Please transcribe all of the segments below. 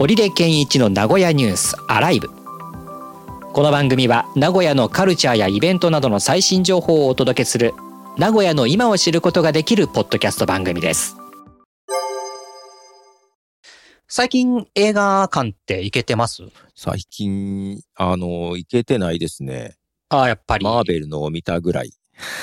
織出健一の名古屋ニュースアライブ。この番組は名古屋のカルチャーやイベントなどの最新情報をお届けする名古屋の今を知ることができるポッドキャスト番組です。最近映画館って行けてます？ 最近行けてないですね。 やっぱりマーベルのを見たぐらい。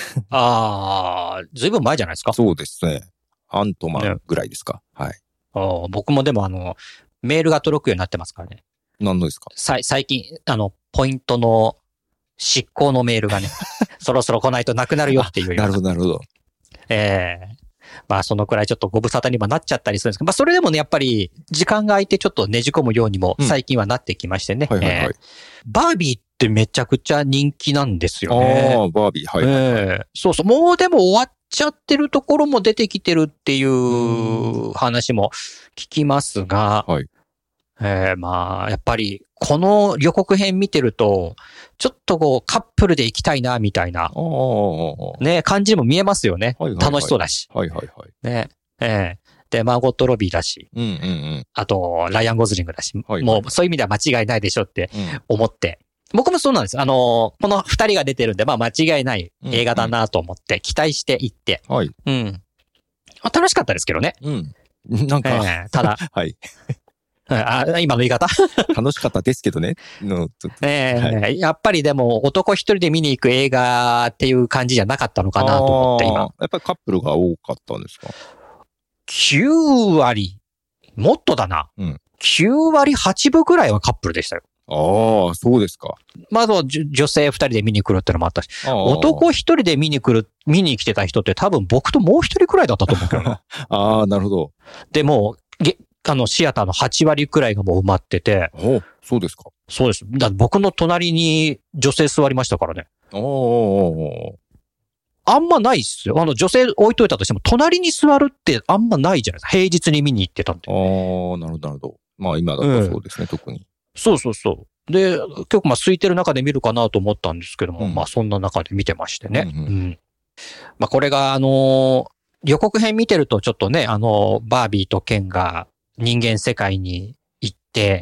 ずいぶん前じゃないですか。 そうですね。アントマンぐらいですか。ね、はい。 僕もでもメールが届くようになってますからね。何のですか？ 最近ポイントの執行のメールがねそろそろ来ないとなくなるよっていうような。 なるほどなるほど。 まあそのくらいちょっとご無沙汰にもなっちゃったりするんですけど、まあそれでもねやっぱり時間が空いてちょっとねじ込むようにも最近はなってきましてね。 はいはいはい。 バービーってめちゃくちゃ人気なんですよね。 バービー、はいはいはい。 そうそう、もうでも終わっちゃってるところも出てきてるっていう話も聞きますが、 はい。 まあやっぱりこの予告編見てるとちょっとこうカップルで行きたいなみたいなね感じも見えますよね。はいはいはい、楽しそうだし。 はいはいはい。 ね。でマーゴット・ロビーだし、あとライアン・ゴズリングだし、はいはいはい、もうそういう意味では間違いないでしょって思って。僕もそうなんです。この二人が出てるんで、まあ間違いない映画だなと思って期待して行って。 はい。 楽しかったですけどね。 なんか、 ただ、 はい。 今の言い方楽しかったですけどね。 はい、やっぱりでも男一人で見に行く映画っていう感じじゃなかったのかなと思って今。 やっぱりカップルが多かったんですか ？9割、もっとだな。9割8分くらいはカップルでしたよ。 そうですか。 まず女性2人で見に来るってのもあったし、男1人で見に来てた人って多分僕ともう1人くらいだったと思うけどな。 なるほど。 でもシアターの8割くらいがもう埋まってて。 そうですか。 そうです。僕の隣に女性座りましたからね。あんまないっすよ。女性置いといたとしても、隣に座るってあんまないじゃないですか。平日に見に行ってたんで。 なるほど、なるほど。まあ今だとそうですね、特に。 そうそうそう。で、結構まあ空いてる中で見るかなと思ったんですけども、まあそんな中で見てましてね。まあこれが予告編見てるとちょっとね、バービーとケンが人間世界に行って、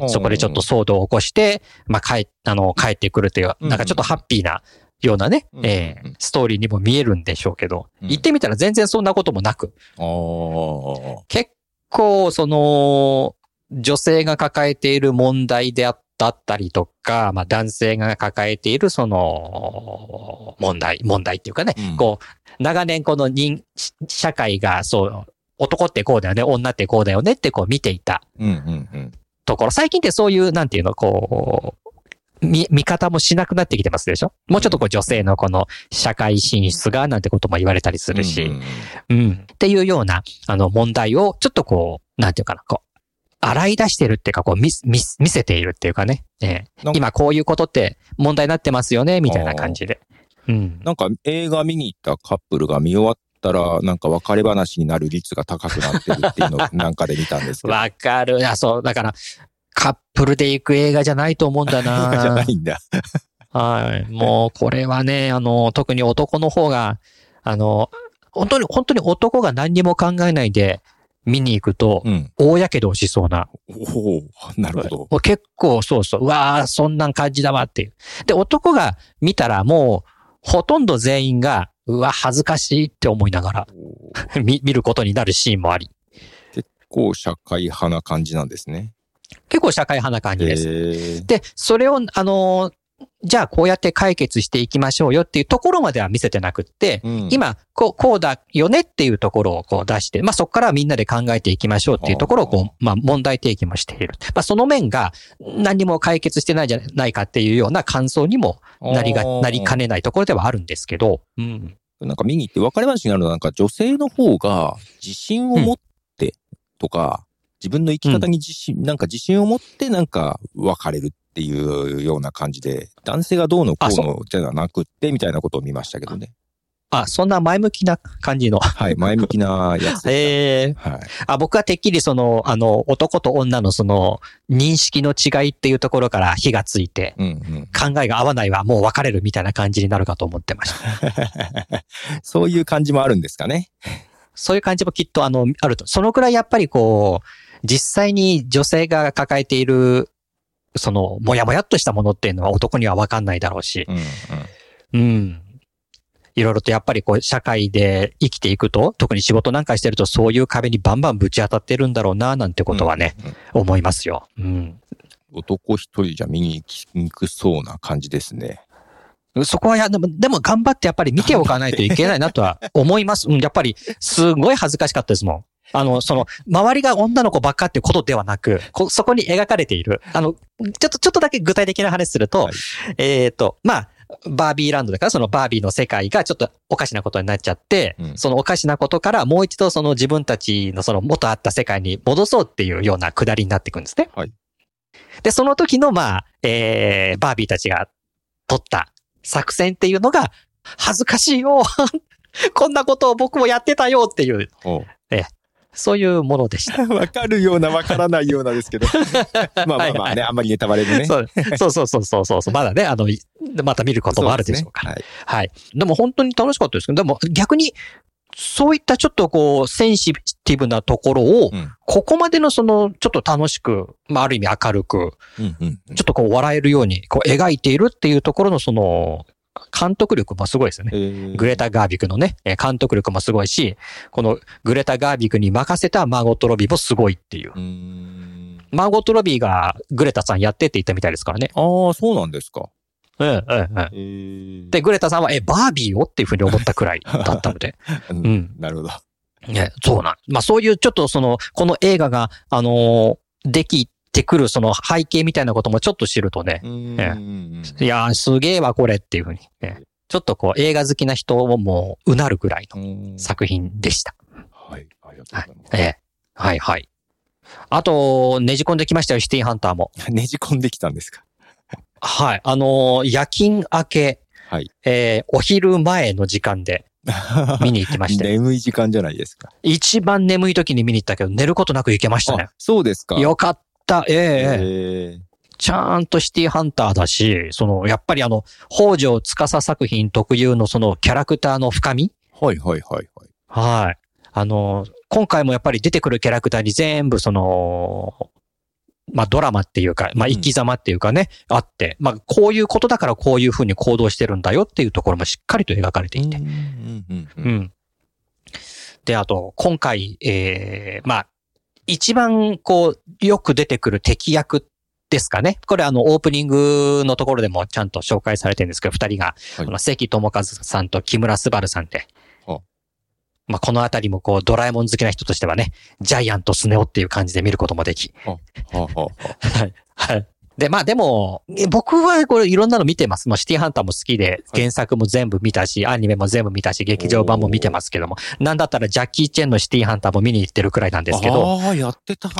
そこでちょっと騒動を起こして、まあ帰ってくるという、なんかちょっとハッピーなようなね、ストーリーにも見えるんでしょうけど、行ってみたら全然そんなこともなく、結構女性が抱えている問題であったりとか、まあ男性が抱えている問題っていうかね、こう、長年この社会が男ってこうだよね、女ってこうだよねってこう見ていたところ、最近ってそういう、なんていうの、こう、見方もしなくなってきてますでしょ？もうちょっとこう女性のこの社会進出がなんてことも言われたりするし、っていうような、問題をちょっとこう、なんていうかな、こう、洗い出してるっていうか、こう見せているっていうかね、今こういうことって問題になってますよね、みたいな感じで。 なんか映画見に行ったカップルが見終わったら、なんか別れ話になる率が高くなってるっていうのをなんかで見たんですけど。 わかる。そう、だから、カップルで行く映画じゃないと思うんだな。 映画じゃないんだ。 はい。もう、これはね、特に男の方が、本当に男が何にも考えないで見に行くと、大やけどをしそうな。 なるほど。 結構そう、うわー、そんな感じだわっていう。で、男が見たらもう、ほとんど全員が、うわ、恥ずかしいって思いながら見ることになるシーンもあり。 結構社会派な感じなんですね。 結構社会派な感じです。で、それを、じゃあこうやって解決していきましょうよっていうところまでは見せてなくって、今、こうだよねっていうところをこう出して、まあそこからみんなで考えていきましょうっていうところをこう、まあ問題提起もしている。まあその面が何も解決してないじゃないかっていうような感想にもなりかねないところではあるんですけど、 なんか見に行って別れ話になるのはなんか女性の方が自信を持ってとか、自分の生き方になんか自信を持ってなんか別れるっていうような感じで、男性がどうのこうのじゃなくってみたいなことを見ましたけどね。 そんな前向きな感じの。 はい、前向きなやつでした。はい。 僕はてっきり男と女の認識の違いっていうところから火がついて、考えが合わないわ、もう別れるみたいな感じになるかと思ってました。 そういう感じもあるんですかね。 そういう感じもきっとあると。そのくらいやっぱりこう、 実際に女性が抱えている、その、もやもやっとしたものっていうのは男にはわかんないだろうし、いろいろとやっぱりこう、社会で生きていくと、特に仕事なんかしてると、そういう壁にバンバンぶち当たってるんだろうな、なんてことはね、思いますよ。 男一人じゃ見に行きにくそうな感じですね。 そこはでも頑張ってやっぱり見ておかないといけないなとは思います。やっぱり、すごい恥ずかしかったですもん。その、周りが女の子ばっかっていうことではなく、そこに描かれている。ちょっとだけ具体的な話すると、まあ、バービーランドだから、そのバービーの世界がちょっとおかしなことになっちゃって、そのおかしなことからもう一度その自分たちのその元あった世界に戻そうっていうようなくだりになっていくんですね。で、その時のまあ、バービーたちが取った作戦っていうのが、恥ずかしいよこんなことを僕もやってたよっていう、そういうものでした。 わかるようなわからないようなですけど。まあね、あんまりネタバレもね。 そう。まだね、また見ることもあるでしょうから。はい。でも本当に楽しかったですけど、でも逆に、そういったちょっとこう、センシティブなところを、ここまでのその、ちょっと楽しく、まあある意味明るく、ちょっとこう笑えるように、こう描いているっていうところのその、監督力もすごいですよね。グレタ・ガービクのね、監督力もすごいし、このグレタ・ガービクに任せたマーゴット・ロビーもすごいっていう。マーゴット・ロビーがグレタさんやってって言ったみたいですからね。 ああ、そうなんですか。 で、グレタさんは、バービーをっていうふうに思ったくらいだったので。 なるほど。 そうなん。まあそういうちょっとその、この映画が、できてくるその背景みたいなこともちょっと知るとね、いやーすげえわこれっていうふうに、ちょっとこう映画好きな人もうなるぐらいの作品でした。 はい、ありがとうございます。 はい。あと、ねじ込んできましたよ、シティーハンターも。 ねじ込んできたんですか。 はい。夜勤明け、お昼前の時間で見に行ってました。 眠い時間じゃないですか。 一番眠い時に見に行ったけど、寝ることなく行けましたね。 そうですか。 よかった。ちゃんとシティハンターだし、その、やっぱり北条司作品特有のそのキャラクターの深み。はい。今回もやっぱり出てくるキャラクターに全部その、まあドラマっていうか、まあ生き様っていうかね、あって、まあこういうことだからこういうふうに行動してるんだよっていうところもしっかりと描かれていて。で、あと、今回、まあ、一番こう、よく出てくる敵役ですかね。これオープニングのところでもちゃんと紹介されてるんですけど、二人が、関智一さんと木村昴さんで。まあ、このあたりもこう、ドラえもん好きな人としてはね、ジャイアントスネ夫っていう感じで見ることもでき。はい。で、まあでも、僕はこれいろんなの見てます。シティハンターも好きで、原作も全部見たし、アニメも全部見たし、劇場版も見てますけども、なんだったらジャッキー・チェンのシティハンターも見に行ってるくらいなんですけど。 ああ、やってた。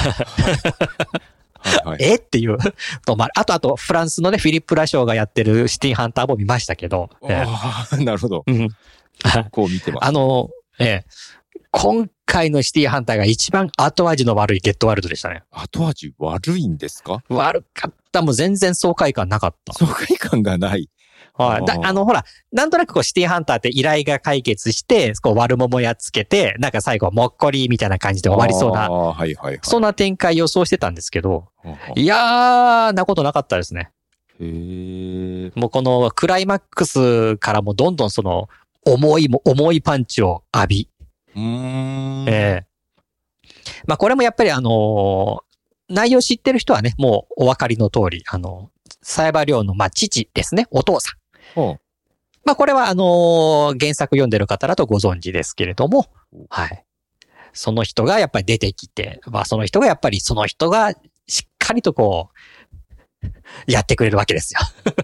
っていう。あと、フランスのね、フィリップ・ラショーがやってるシティハンターも見ましたけど。 なるほど。こう見てます。 今回のシティハンターが一番後味の悪いゲットワールドでしたね。 後味悪いんですか？ 悪かった。もう全然爽快感なかった。 爽快感がない。 はい。ほら、なんとなくこうシティハンターって依頼が解決して、こう悪者やっつけて、なんか最後もっこりみたいな感じで終わりそうな、そんな展開予想してたんですけど、いやー、なことなかったですね。もうこのクライマックスからもどんどんその、重いパンチを浴び。まあこれもやっぱり内容知ってる人はね、もうお分かりの通り、冴羽リョウの父ですね、お父さん。まあこれは原作読んでる方だとご存知ですけれども、はい。その人がやっぱり出てきて、まあその人がしっかりとこう、やってくれるわけですよ。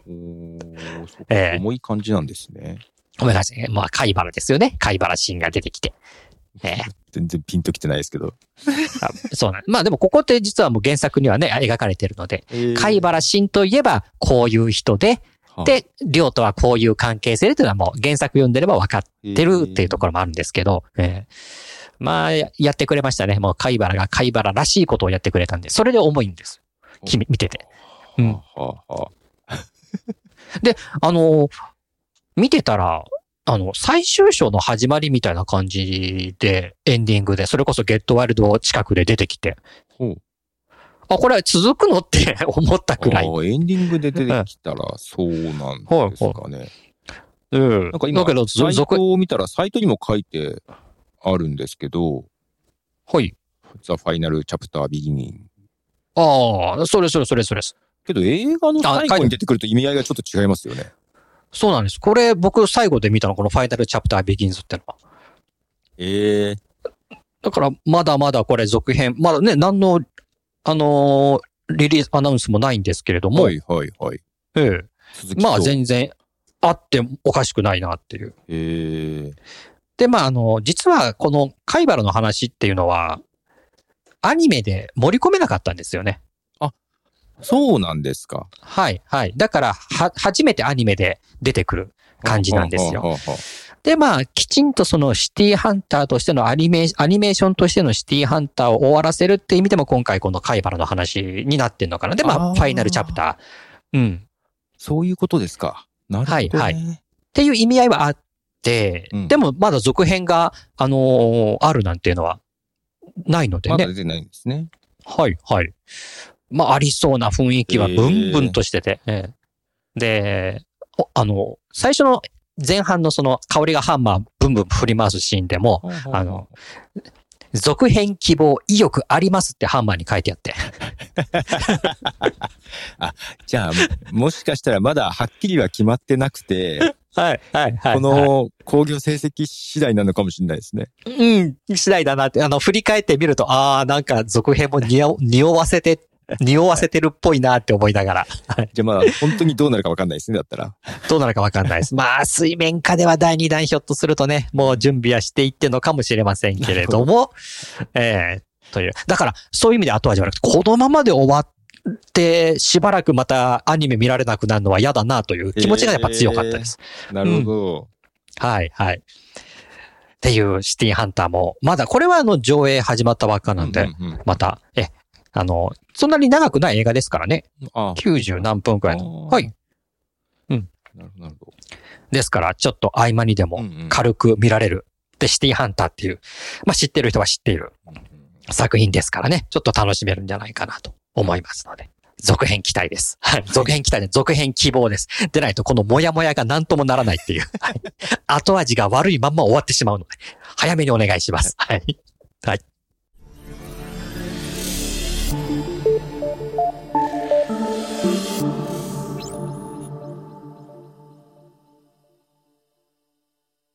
重い感じなんですね。 ごめんなさい。まあ貝原ですよね。貝原シーンが出てきて。 全然ピンときてないですけど。 そうなん。まあでもここって実はもう原作にはね、描かれてるので、貝原真といえばこういう人で、で、亮とはこういう関係性というのはもう原作読んでれば分かってるっていうところもあるんですけど、まあやってくれましたね。もう貝原が貝原らしいことをやってくれたんで、それで重いんです。見てて。で、見てたら、 最終章の始まりみたいな感じで、エンディングで、それこそゲットワイルド近くで出てきて、これ続くのって思ったくらい。 エンディングで出てきたらそうなんですかね。なんか今、サイトを見たら、サイトにも書いてあるんですけど、 はい。 The Final Chapter Beginning。 それ。 けど映画の最後に出てくると意味合いがちょっと違いますよね。 そうなんです。これ僕最後で見たの、この Final Chapter Begins ってのは。だから、まだまだこれ続編、まだね、何の、リリースアナウンスもないんですけれども。 はい。 まあ全然あっておかしくないなっていう。で、まあ実はこの貝原の話っていうのは、アニメで盛り込めなかったんですよね。 そうなんですか。 はい。だから、初めてアニメで出てくる感じなんですよ。で、まあ、きちんとそのシティハンターとしてのアニメーションとしてのシティハンターを終わらせるっていう意味でも今回この貝原の話になってんのかな。で、まあ、ファイナルチャプター。 そういうことですか。なるほど、ね。 はい。っていう意味合いはあって、でもまだ続編が、あるなんていうのはないのでね。 まだ出てないんですね。 はい。まあ、ありそうな雰囲気はブンブンとしてて。で、最初の前半のその香りがハンマーブンブン振り回すシーンでも、続編希望意欲ありますってハンマーに書いてあって。 じゃあ、もしかしたらまだはっきりは決まってなくて、 はい。 この興行成績次第なのかもしれないですね。 次第だなって、振り返ってみると、なんか続編も匂わせてるっぽいなって思いながら。 じゃあまあ、本当にどうなるか分かんないですね、だったら。 どうなるか分かんないです。まあ、水面下では第2弾ひょっとするとね、もう準備はしていってのかもしれませんけれども、という。だから、そういう意味で後味悪くて、このままで終わってしばらくまたアニメ見られなくなるのは嫌だなという気持ちがやっぱ強かったです。 なるほど。 はい。っていうシティハンターも、まだこれは上映始まったばっかなんで、また、そんなに長くない映画ですからね。90何分くらいの。はい。 なるほど。 ですから、ちょっと合間にでも軽く見られる。で、シティハンターっていう、まあ知ってる人は知っている作品ですからね。ちょっと楽しめるんじゃないかなと思いますので。続編期待です。はい。続編期待で、続編希望です。でないと、このモヤモヤが何ともならないっていう。後味が悪いまんま終わってしまうので、早めにお願いします。はい。